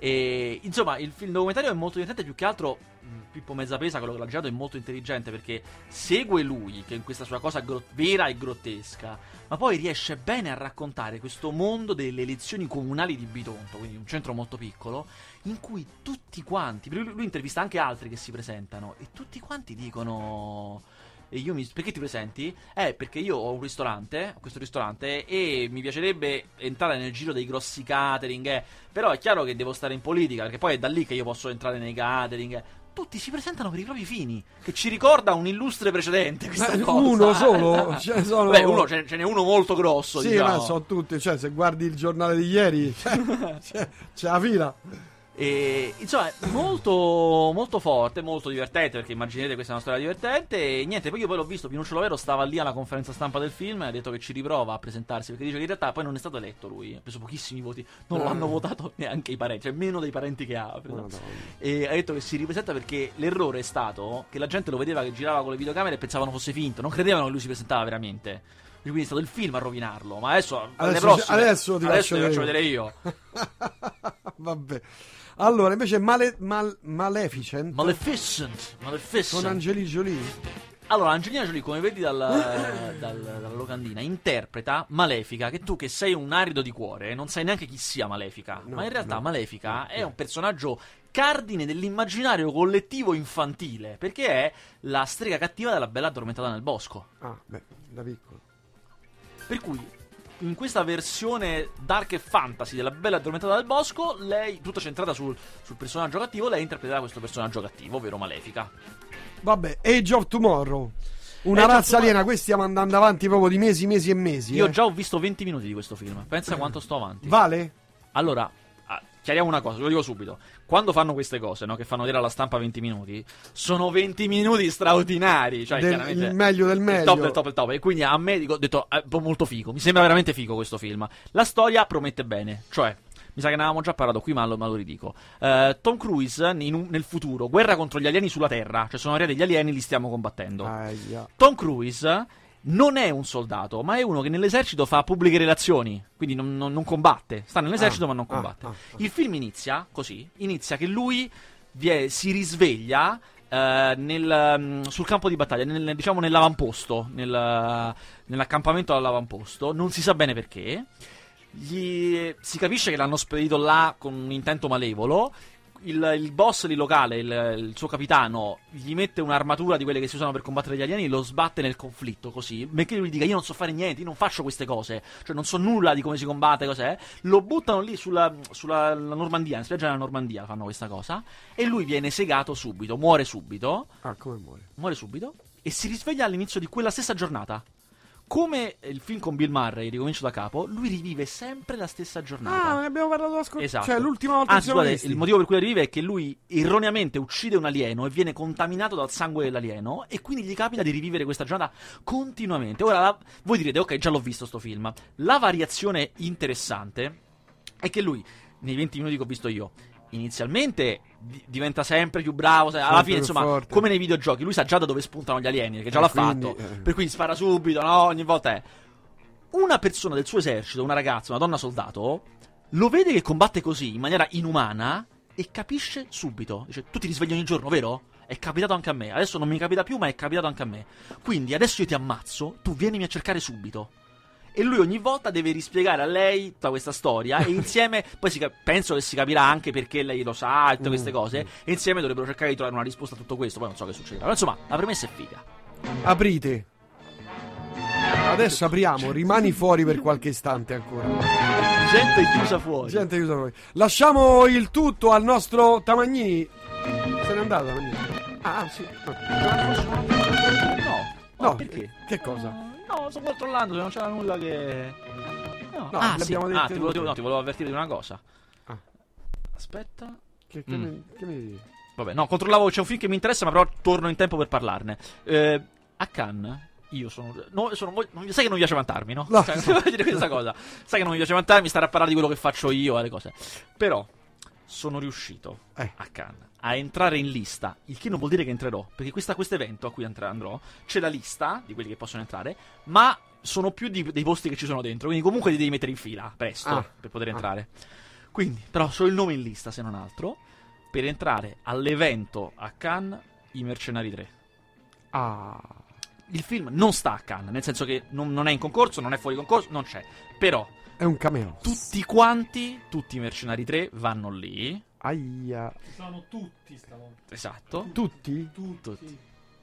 E insomma il film documentario è molto divertente, più che altro mh, Pippo Mezzapesa, quello che l'ha girato, è molto intelligente perché segue lui che in questa sua cosa gro- vera e grottesca, ma poi riesce bene a raccontare questo mondo delle elezioni comunali di Bitonto, quindi un centro molto piccolo, in cui tutti quanti, lui, lui intervista anche altri che si presentano e tutti quanti dicono: E io mi perché ti presenti? Eh, perché io ho un ristorante, questo ristorante, e mi piacerebbe entrare nel giro dei grossi catering, eh. Però è chiaro che devo stare in politica, perché poi è da lì che io posso entrare nei catering. Eh. Tutti si presentano per i propri fini, che ci ricorda un illustre precedente questa Ma cosa. uno solo? Ce ne sono... Beh, uno, ce, ce n'è uno molto grosso, sì, diciamo. ma sono tutti, cioè se guardi il giornale di ieri c'è, c'è, c'è la fila. E, insomma, è molto, molto forte, molto divertente, perché immaginate questa è una storia divertente. E niente, poi io poi l'ho visto, Pinuccio Lovero stava lì alla conferenza stampa del film e ha detto che ci riprova a presentarsi, perché dice che in realtà poi non è stato eletto lui, ha preso pochissimi voti, non Ah. l'hanno votato neanche i parenti, cioè meno dei parenti che ha preso. Madonna. E ha detto che si ripresenta perché l'errore è stato che la gente lo vedeva che girava con le videocamere e pensavano fosse finto, non credevano che lui si presentava veramente. Quindi è stato il film a rovinarlo. Ma adesso, alle Adesso, prossime, adesso ti adesso faccio ti faccio vedere vedere io. Vabbè. Allora, invece Male, Mal, Maleficent Maleficent, Maleficent. con Angelina Jolie. Allora, Angelina Jolie, come vedi dal, dal, dalla locandina, interpreta Malefica, che tu che sei un arido di cuore non sai neanche chi sia Malefica. No, ma in realtà no, Malefica no, è no. un personaggio cardine dell'immaginario collettivo infantile, perché è la strega cattiva della Bella addormentata nel bosco. Ah, beh, da piccolo. Per cui in questa versione dark e fantasy della Bella addormentata nel bosco, lei, tutta centrata sul, sul personaggio cattivo, lei interpreterà questo personaggio cattivo, ovvero Malefica. Vabbè, Age of Tomorrow. Una Age of razza aliena, questi stiamo andando avanti proprio di mesi, mesi e mesi. Io eh. già ho visto venti minuti di questo film, pensa quanto sto avanti. Vale? Allora, ah, chiariamo una cosa, ve lo dico subito. Quando fanno queste cose, no, che fanno vedere alla stampa venti minuti, sono venti minuti straordinari. Cioè, Del- chiaramente, il meglio del meglio. Il top del top del top. E quindi a me dico, ho detto, è molto figo. Mi sembra veramente figo questo film. La storia promette bene. Cioè, mi sa che ne avevamo già parlato qui, ma lo, ma lo ridico. Eh, Tom Cruise, in un- nel futuro, guerra contro gli alieni sulla Terra. Cioè, sono arrivati gli alieni, li stiamo combattendo. Aia. Tom Cruise non è un soldato, ma è uno che nell'esercito fa pubbliche relazioni, quindi non, non- non combatte. Sta nell'esercito Ah, ma non ah, combatte. ah, ah. Il film inizia così, inizia che lui vie- si risveglia eh, nel, mm, sul campo di battaglia, nel- diciamo nell'avamposto, nel- nell'accampamento all'avamposto, non si sa bene perché. Gli- si capisce che l'hanno spedito là con un intento malevolo. Il, il boss lì locale, il, il suo capitano, gli mette un'armatura di quelle che si usano per combattere gli alieni, lo sbatte nel conflitto così, benché lui dica io non so fare niente, io non faccio queste cose, cioè non so nulla di come si combatte, cos'è. Lo buttano lì sulla, sulla la Normandia, in spiaggia della Normandia fanno questa cosa, e lui viene segato subito, muore subito, Ah, come muore? muore subito, e si risveglia all'inizio di quella stessa giornata. Come il film con Bill Murray, Ricomincio da capo, lui rivive sempre la stessa giornata. Ah, ne abbiamo parlato la scorsa. Esatto. Cioè, l'ultima volta Anzi, che siamo guardate, visti. il motivo per cui la rivive è che lui erroneamente uccide un alieno e viene contaminato dal sangue dell'alieno, e quindi gli capita di rivivere questa giornata continuamente. Ora, la- voi direte, ok, già l'ho visto sto film. La variazione interessante è che lui, nei venti minuti che ho visto io, inizialmente di- diventa sempre più bravo, sai, alla Sempre fine, più insomma, forte. come nei videogiochi, lui sa già da dove spuntano gli alieni, perché già Eh, l'ha quindi, fatto, eh. per cui spara subito, no? Ogni volta è... Una persona del suo esercito, una ragazza, una donna soldato, lo vede che combatte così, in maniera inumana, e capisce subito. Dice, tu ti risvegli ogni giorno, vero? È capitato anche a me. Adesso non mi capita più, ma è capitato anche a me. Quindi adesso io ti ammazzo, tu vienimi a cercare subito. E lui ogni volta deve rispiegare a lei tutta questa storia, e insieme, poi si cap- penso che si capirà anche perché lei lo sa e tutte queste cose, e insieme dovrebbero cercare di trovare una risposta a tutto questo. Poi non so che succederà. Però insomma, la premessa è figa. Aprite. Adesso apriamo, rimani fuori per qualche istante ancora. Gente chiusa fuori. Gente chiusa fuori. Lasciamo il tutto al nostro Tamagnini. Se n'è andato Tamagnini. Ah, sì. No. No, perché? Che cosa? No, sto controllando se non c'era nulla che... No, No, ah, l'abbiamo sì. detto ah ti, tutte. volevo, no, ti volevo avvertire di una cosa. Ah. Aspetta. Che, che, Mm. mi, che mi dici? Vabbè, no, controllavo, c'è un film che mi interessa, ma però torno in tempo per parlarne. Eh, a Cannes, io sono... No, sono non- sai che non mi piace vantarmi, no? No. Cioè, devo dire questa cosa. Sai che non mi piace vantarmi, stare a parlare di quello che faccio io e le cose. Però sono riuscito Eh. a Cannes a entrare in lista, il che non vuol dire che entrerò, perché questo evento a cui andrò, andrò c'è la lista di quelli che possono entrare, ma sono più di- dei posti che ci sono dentro, quindi comunque li devi mettere in fila presto Ah. per poter Ah. entrare. Quindi, però, solo il nome in lista, se non altro, per entrare all'evento a Cannes I Mercenari tre. Ah. Il film non sta a Cannes, nel senso che non, non è in concorso, non è fuori concorso, non c'è. Però È un cameo. tutti quanti, tutti i Mercenari tre vanno lì. Aia. Ci sono tutti stavolta. Esatto. Tutti? Tutti.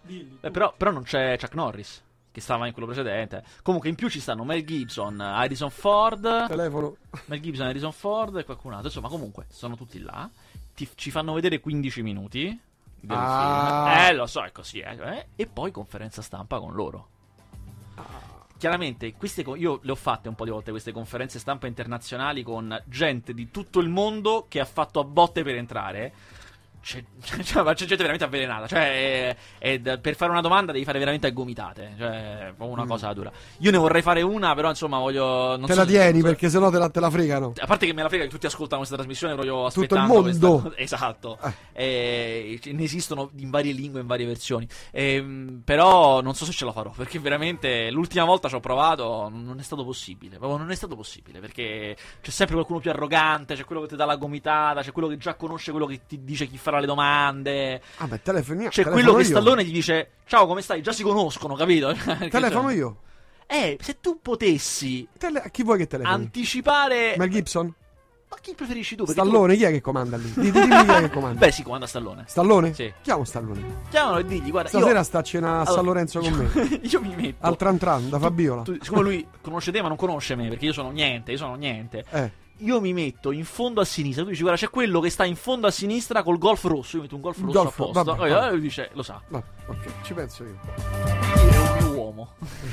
Eh, però, però non c'è Chuck Norris, che stava in quello precedente. Comunque in più ci stanno Mel Gibson, Harrison Ford, telefono. Mel Gibson, Harrison Ford e qualcun altro. Insomma, comunque sono tutti là. Ti, ci fanno vedere quindici minuti del Ah. film. Eh, lo so, è così, eh. eh. E poi conferenza stampa con loro. Chiaramente, queste co- io le ho fatte un po' di volte queste conferenze stampa internazionali con gente di tutto il mondo che ha fatto a botte per entrare. C'è, c'è, c'è gente veramente avvelenata. Cioè, è, è da- per fare una domanda devi fare veramente a gomitate. Cioè, è una Mm. cosa dura. Io ne vorrei fare una, però insomma voglio. Non Te so la se- tieni perché sennò te la, te la fregano. A parte che me la frega che tutti ascoltano questa trasmissione proprio Tutto il aspettando mondo. questa- Esatto. Eh, ne esistono in varie lingue, in varie versioni. Ehm, però non so se ce la farò, perché veramente l'ultima volta ci ho provato, non è stato possibile. Proprio non è stato possibile, perché c'è sempre qualcuno più arrogante, c'è quello che ti dà la gomitata, c'è quello che già conosce quello che ti dice chi farà le domande. Ah, beh, telefoni- C'è telefono quello che io. Stallone gli dice "Ciao, come stai?" Già si conoscono, capito? Perché, Telefono cioè, io. Eh, se tu potessi Tele- a chi vuoi che telefoni? anticipare. Mel Gibson? Ma chi preferisci tu? Perché Stallone, chi è che comanda lì? Di- Dimmi chi è che comanda. Beh, si comanda Stallone. Stallone? Sì. Chiamo Stallone. Chiamalo e digli, guarda, Stasera io... sta a cena a Allora, San Lorenzo con me. Io mi metto Al tran tran, da Fabiola. tu- siccome lui conosce te ma non conosce me, perché io sono niente, io sono niente. Eh. Io mi metto in fondo a sinistra. Tu dici, guarda, c'è quello che sta in fondo a sinistra col golf rosso. Io metto un golf rosso Golf, a posto. vabbè, E vabbè. lui dice, lo sa. Va, ok, ci penso io. È un mio uomo.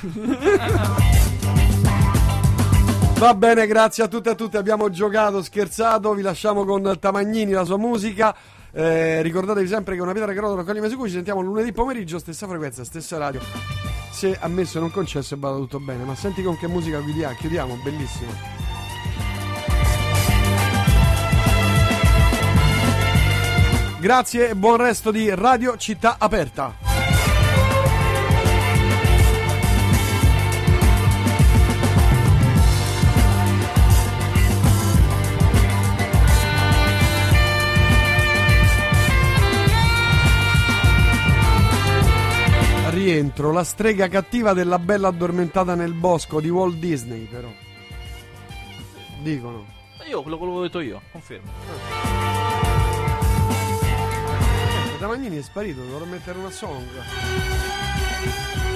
Va bene, grazie a tutti e a tutti. Abbiamo giocato, scherzato. Vi lasciamo con Tamagnini, la sua musica. Eh, ricordatevi sempre che una pietra che rotola raccoglie mai su cui ci sentiamo lunedì pomeriggio, stessa frequenza, stessa radio. Se ammesso e non concesso e vada tutto bene. Ma senti con che musica chiudiamo, chiudiamo bellissimo. Grazie e buon resto di Radio Città Aperta. Rientro, la strega cattiva della bella addormentata nel bosco di Walt Disney, però. Dicono. Io quello che ho detto io, confermo. Tamagnini è sparito, dovrò mettere una song.